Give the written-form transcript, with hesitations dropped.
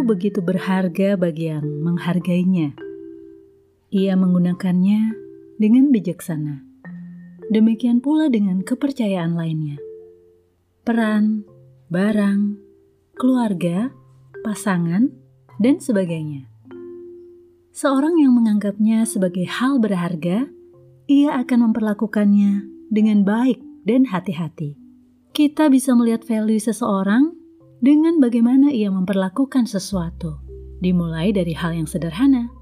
Sesuatu begitu berharga bagi yang menghargainya. Ia menggunakannya dengan bijaksana. Demikian pula dengan kepercayaan lainnya. Peran, barang, keluarga, pasangan, dan sebagainya. Seorang yang menganggapnya sebagai hal berharga, ia akan memperlakukannya dengan baik dan hati-hati. Kita bisa melihat value seseorang dengan bagaimana ia memperlakukan sesuatu, dimulai dari hal yang sederhana,